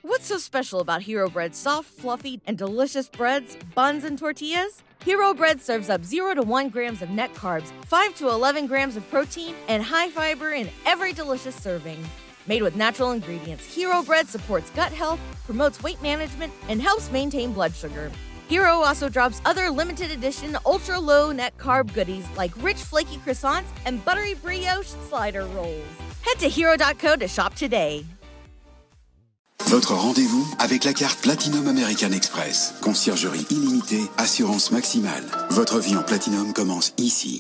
What's so special about Hero Bread's soft, fluffy, and delicious breads, buns, and tortillas? Hero Bread serves up 0 to 1 grams of net carbs, 5 to 11 grams of protein, and high fiber in every delicious serving. Made with natural ingredients, Hero Bread supports gut health, promotes weight management, and helps maintain blood sugar. Hero also drops other limited edition ultra-low net carb goodies like rich flaky croissants and buttery brioche slider rolls. Head to hero.co to shop today. Votre rendez-vous avec la carte Platinum American Express. Conciergerie illimitée, assurance maximale. Votre vie en Platinum commence ici.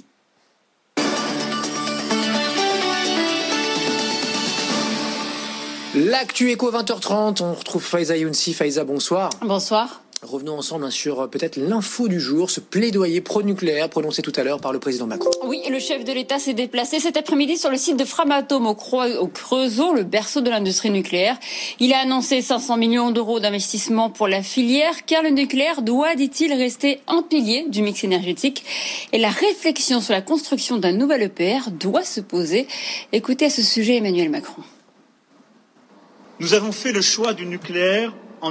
L'actu éco 20h30, on retrouve Faiza Younsi. Faiza, bonsoir. Bonsoir. Revenons ensemble sur peut-être l'info du jour, ce plaidoyer pro-nucléaire prononcé tout à l'heure par le président Macron. Oui, le chef de l'État s'est déplacé cet après-midi sur le site de Framatome au Creusot, le berceau de l'industrie nucléaire. Il a annoncé 500 millions d'euros d'investissement pour la filière, car le nucléaire doit, dit-il, rester un pilier du mix énergétique. Et la réflexion sur la construction d'un nouvel EPR doit se poser. Écoutez à ce sujet Emmanuel Macron. Nous avons fait le choix du nucléaire en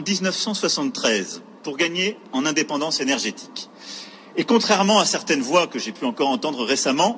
1973 pour gagner en indépendance énergétique. Et contrairement à certaines voix que j'ai pu encore entendre récemment,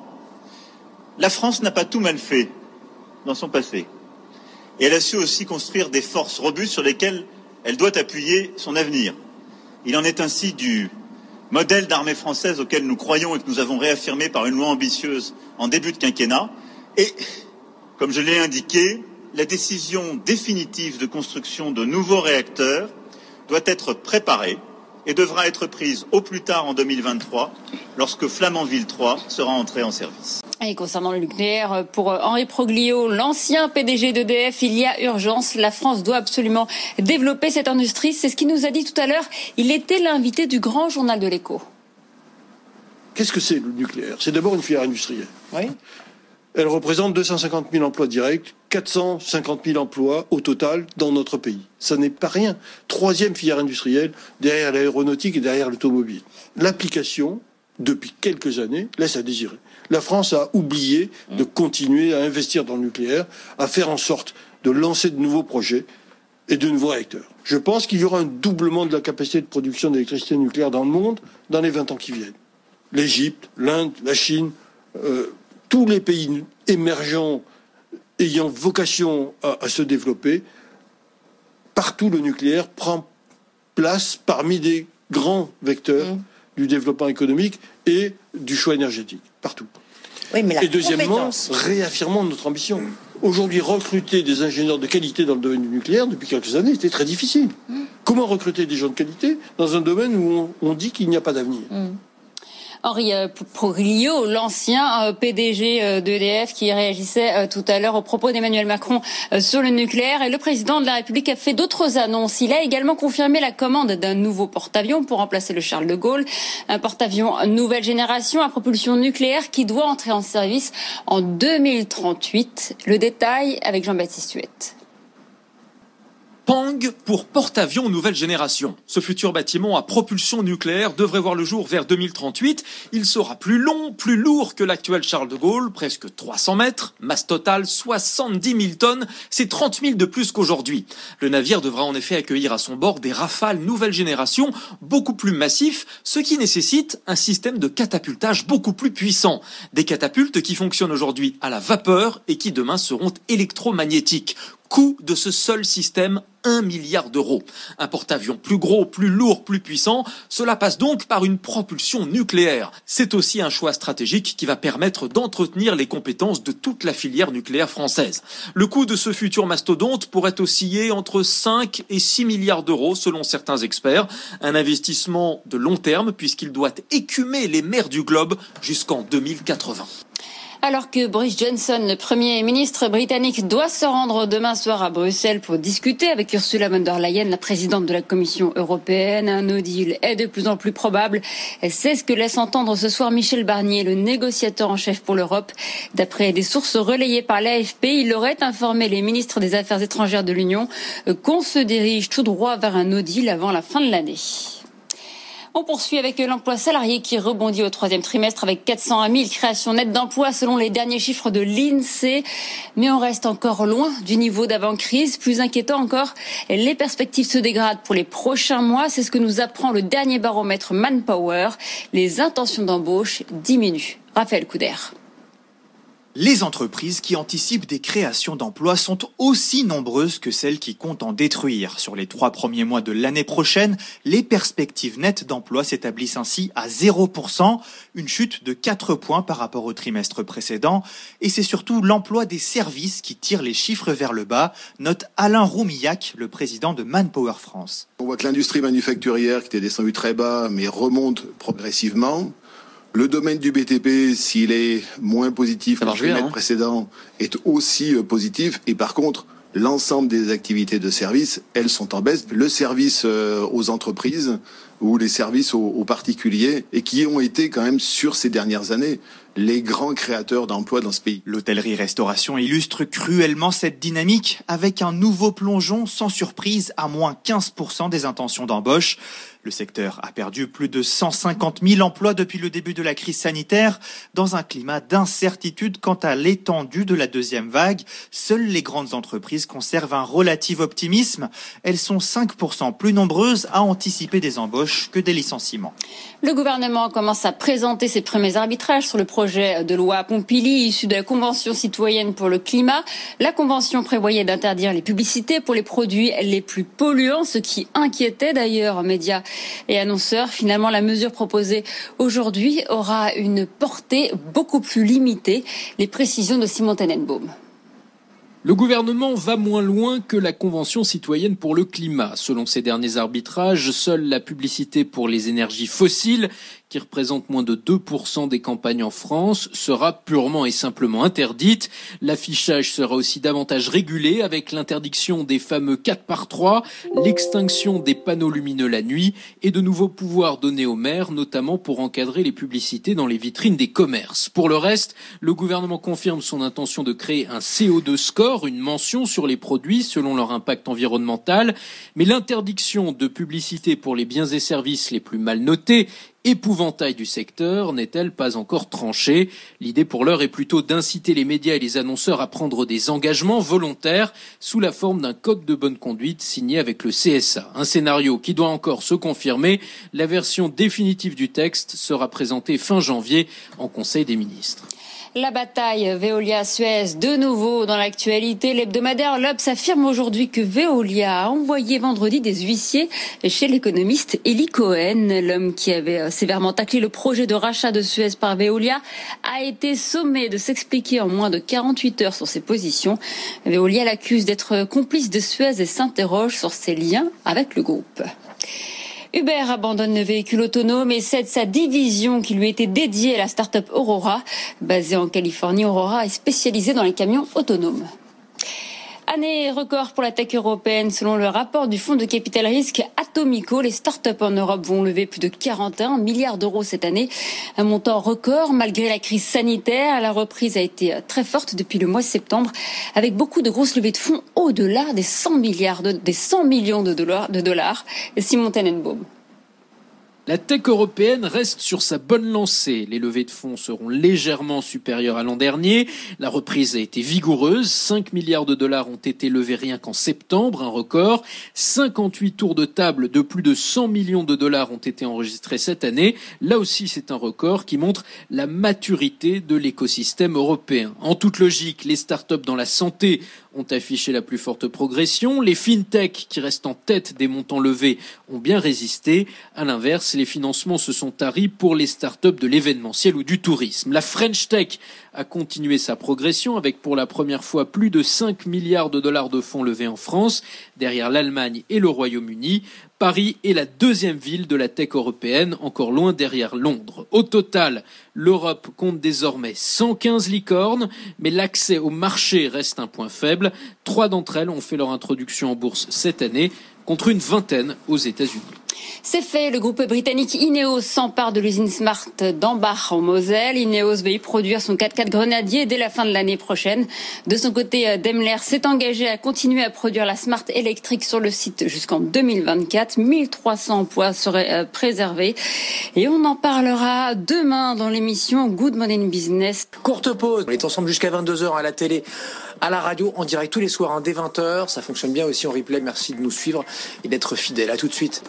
la France n'a pas tout mal fait dans son passé. Et elle a su aussi construire des forces robustes sur lesquelles elle doit appuyer son avenir. Il en est ainsi du modèle d'armée française auquel nous croyons et que nous avons réaffirmé par une loi ambitieuse en début de quinquennat. Et, comme je l'ai indiqué, la décision définitive de construction de nouveaux réacteurs doit être préparée et devra être prise au plus tard en 2023, lorsque Flamanville 3 sera entré en service. Et concernant le nucléaire, pour Henri Proglio, l'ancien PDG d'EDF, il y a urgence. La France doit absolument développer cette industrie. C'est ce qu'il nous a dit tout à l'heure. Il était l'invité du grand journal de l'Écho. Qu'est-ce que c'est le nucléaire? C'est d'abord une filière industrielle. Oui. Elle représente 250 000 emplois directs, 450 000 emplois au total dans notre pays. Ça n'est pas rien. Troisième filière industrielle derrière l'aéronautique et derrière l'automobile. L'application, depuis quelques années, laisse à désirer. La France a oublié de continuer à investir dans le nucléaire, à faire en sorte de lancer de nouveaux projets et de nouveaux réacteurs. Je pense qu'il y aura un doublement de la capacité de production d'électricité nucléaire dans le monde dans les 20 ans qui viennent. L'Égypte, l'Inde, la Chine... tous les pays émergents ayant vocation à se développer, partout le nucléaire prend place parmi des grands vecteurs du développement économique et du choix énergétique, partout. Oui, mais et deuxièmement, réaffirmons notre ambition. Aujourd'hui, recruter des ingénieurs de qualité dans le domaine du nucléaire, depuis quelques années, c'était très difficile. Comment recruter des gens de qualité dans un domaine où on dit qu'il n'y a pas d'avenir? Henri Proglio, l'ancien PDG d'EDF, qui réagissait tout à l'heure aux propos d'Emmanuel Macron sur le nucléaire. Et le président de la République a fait d'autres annonces. Il a également confirmé la commande d'un nouveau porte-avions pour remplacer le Charles de Gaulle. Un porte-avions nouvelle génération à propulsion nucléaire qui doit entrer en service en 2038. Le détail avec Jean-Baptiste Huette. Pang pour porte-avions nouvelle génération. Ce futur bâtiment à propulsion nucléaire devrait voir le jour vers 2038. Il sera plus long, plus lourd que l'actuel Charles de Gaulle, presque 300 mètres, masse totale 70 000 tonnes, c'est 30 000 de plus qu'aujourd'hui. Le navire devra en effet accueillir à son bord des Rafales nouvelle génération, beaucoup plus massifs, ce qui nécessite un système de catapultage beaucoup plus puissant. Des catapultes qui fonctionnent aujourd'hui à la vapeur et qui demain seront électromagnétiques. Coût de ce seul système, 1 milliard d'euros. Un porte-avions plus gros, plus lourd, plus puissant, cela passe donc par une propulsion nucléaire. C'est aussi un choix stratégique qui va permettre d'entretenir les compétences de toute la filière nucléaire française. Le coût de ce futur mastodonte pourrait osciller entre 5 et 6 milliards d'euros selon certains experts. Un investissement de long terme puisqu'il doit écumer les mers du globe jusqu'en 2080. Alors que Boris Johnson, le Premier ministre britannique, doit se rendre demain soir à Bruxelles pour discuter avec Ursula von der Leyen, la présidente de la Commission européenne, un no deal est de plus en plus probable. C'est ce que laisse entendre ce soir Michel Barnier, le négociateur en chef pour l'Europe. D'après des sources relayées par l'AFP, il aurait informé les ministres des Affaires étrangères de l'Union qu'on se dirige tout droit vers un no deal avant la fin de l'année. On poursuit avec l'emploi salarié qui rebondit au troisième trimestre avec 401 000 créations nettes d'emplois selon les derniers chiffres de l'INSEE. Mais on reste encore loin du niveau d'avant-crise. Plus inquiétant encore, les perspectives se dégradent pour les prochains mois. C'est ce que nous apprend le dernier baromètre Manpower. Les intentions d'embauche diminuent. Raphaël Couder. Les entreprises qui anticipent des créations d'emplois sont aussi nombreuses que celles qui comptent en détruire. Sur les 3 premiers mois de l'année prochaine, les perspectives nettes d'emploi s'établissent ainsi à 0%, une chute de 4 points par rapport au trimestre précédent. Et c'est surtout l'emploi des services qui tire les chiffres vers le bas, note Alain Roumillac, le président de Manpower France. On voit que l'industrie manufacturière qui était descendue très bas, mais remonte progressivement. Le domaine du BTP, s'il est moins positif que le trimestre précédent, est aussi positif. Et par contre, l'ensemble des activités de service, elles sont en baisse. Le service aux entreprises ou les services aux particuliers, et qui ont été quand même sur ces dernières années les grands créateurs d'emplois dans ce pays. L'hôtellerie-restauration illustre cruellement cette dynamique avec un nouveau plongeon sans surprise à moins 15% des intentions d'embauche. Le secteur a perdu plus de 150 000 emplois depuis le début de la crise sanitaire. Dans un climat d'incertitude quant à l'étendue de la deuxième vague, seules les grandes entreprises conservent un relatif optimisme. Elles sont 5% plus nombreuses à anticiper des embauches que des licenciements. Le gouvernement commence à présenter ses premiers arbitrages sur le projet de loi Pompili, issu de la Convention citoyenne pour le climat. La Convention prévoyait d'interdire les publicités pour les produits les plus polluants, ce qui inquiétait d'ailleurs médias et annonceurs. Finalement, la mesure proposée aujourd'hui aura une portée beaucoup plus limitée. Les précisions de Simon Tenenbaum. Le gouvernement va moins loin que la Convention citoyenne pour le climat. Selon ces derniers arbitrages, seule la publicité pour les énergies fossiles, qui représente moins de 2% des campagnes en France, sera purement et simplement interdite. L'affichage sera aussi davantage régulé avec l'interdiction des fameux 4x3, l'extinction des panneaux lumineux la nuit et de nouveaux pouvoirs donnés aux maires, notamment pour encadrer les publicités dans les vitrines des commerces. Pour le reste, le gouvernement confirme son intention de créer un CO2 score, une mention sur les produits selon leur impact environnemental, mais l'interdiction de publicité pour les biens et services les plus mal notés, épouvantail du secteur, n'est-elle pas encore tranchée? L'idée pour l'heure est plutôt d'inciter les médias et les annonceurs à prendre des engagements volontaires sous la forme d'un code de bonne conduite signé avec le CSA. Un scénario qui doit encore se confirmer. La version définitive du texte sera présentée fin janvier en Conseil des ministres. La bataille Veolia-Suez, de nouveau dans l'actualité. L'hebdomadaire L'Obs affirme aujourd'hui que Veolia a envoyé vendredi des huissiers chez l'économiste Eli Cohen. L'homme qui avait sévèrement taclé le projet de rachat de Suez par Veolia a été sommé de s'expliquer en moins de 48 heures sur ses positions. Veolia l'accuse d'être complice de Suez et s'interroge sur ses liens avec le groupe. Uber abandonne le véhicule autonome et cède sa division qui lui était dédiée à la start-up Aurora. Basée en Californie, Aurora est spécialisée dans les camions autonomes. Année record pour la tech européenne. Selon le rapport du fonds de capital risque Atomico, les startups en Europe vont lever plus de 41 milliards d'euros cette année. Un montant record malgré la crise sanitaire. La reprise a été très forte depuis le mois de septembre avec beaucoup de grosses levées de fonds au-delà des 100 millions de dollars. Simon Tenenbaum. La tech européenne reste sur sa bonne lancée. Les levées de fonds seront légèrement supérieures à l'an dernier. La reprise a été vigoureuse. 5 milliards de dollars ont été levés rien qu'en septembre, un record. 58 tours de table de plus de 100 millions de dollars ont été enregistrés cette année. Là aussi, c'est un record qui montre la maturité de l'écosystème européen. En toute logique, les startups dans la santé ont affiché la plus forte progression. Les fintech, qui restent en tête des montants levés, ont bien résisté. À l'inverse, les financements se sont taris pour les startups de l'événementiel ou du tourisme. La French Tech a continué sa progression avec pour la première fois plus de 5 milliards de dollars de fonds levés en France, derrière l'Allemagne et le Royaume-Uni. Paris est la deuxième ville de la tech européenne, encore loin derrière Londres. Au total, l'Europe compte désormais 115 licornes, mais l'accès au marché reste un point faible. 3 d'entre elles ont fait leur introduction en bourse cette année, contre une vingtaine aux États-Unis. C'est fait, le groupe britannique Ineos s'empare de l'usine Smart d'Ambach en Moselle. Ineos veut y produire son 4x4 Grenadier dès la fin de l'année prochaine. De son côté, Daimler s'est engagé à continuer à produire la Smart électrique sur le site jusqu'en 2024. 1300 emplois seraient préservés. Et on en parlera demain dans l'émission Good Morning Business. Courte pause, on est ensemble jusqu'à 22h à la télé, à la radio, en direct tous les soirs, dès 20h. Ça fonctionne bien aussi en replay. Merci de nous suivre et d'être fidèles. À tout de suite.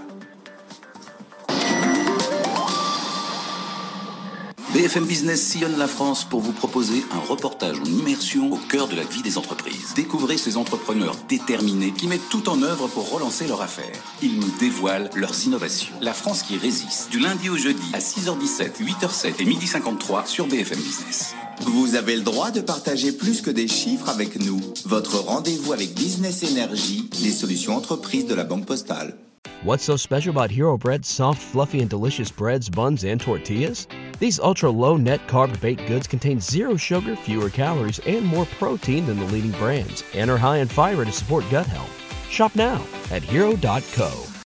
BFM Business sillonne la France pour vous proposer un reportage en immersion au cœur de la vie des entreprises. Découvrez ces entrepreneurs déterminés qui mettent tout en œuvre pour relancer leur affaire. Ils nous dévoilent leurs innovations. La France qui résiste, du lundi au jeudi à 6h17, 8h07 et 12h53 sur BFM Business. Vous avez le droit de partager plus que des chiffres avec nous. Votre rendez-vous avec Business Energy, les solutions entreprises de la Banque Postale. What's so special about Hero Bread's soft, fluffy, and delicious breads, buns, and tortillas? These ultra-low net-carb baked goods contain zero sugar, fewer calories, and more protein than the leading brands, and are high in fiber to support gut health. Shop now at Hero.co.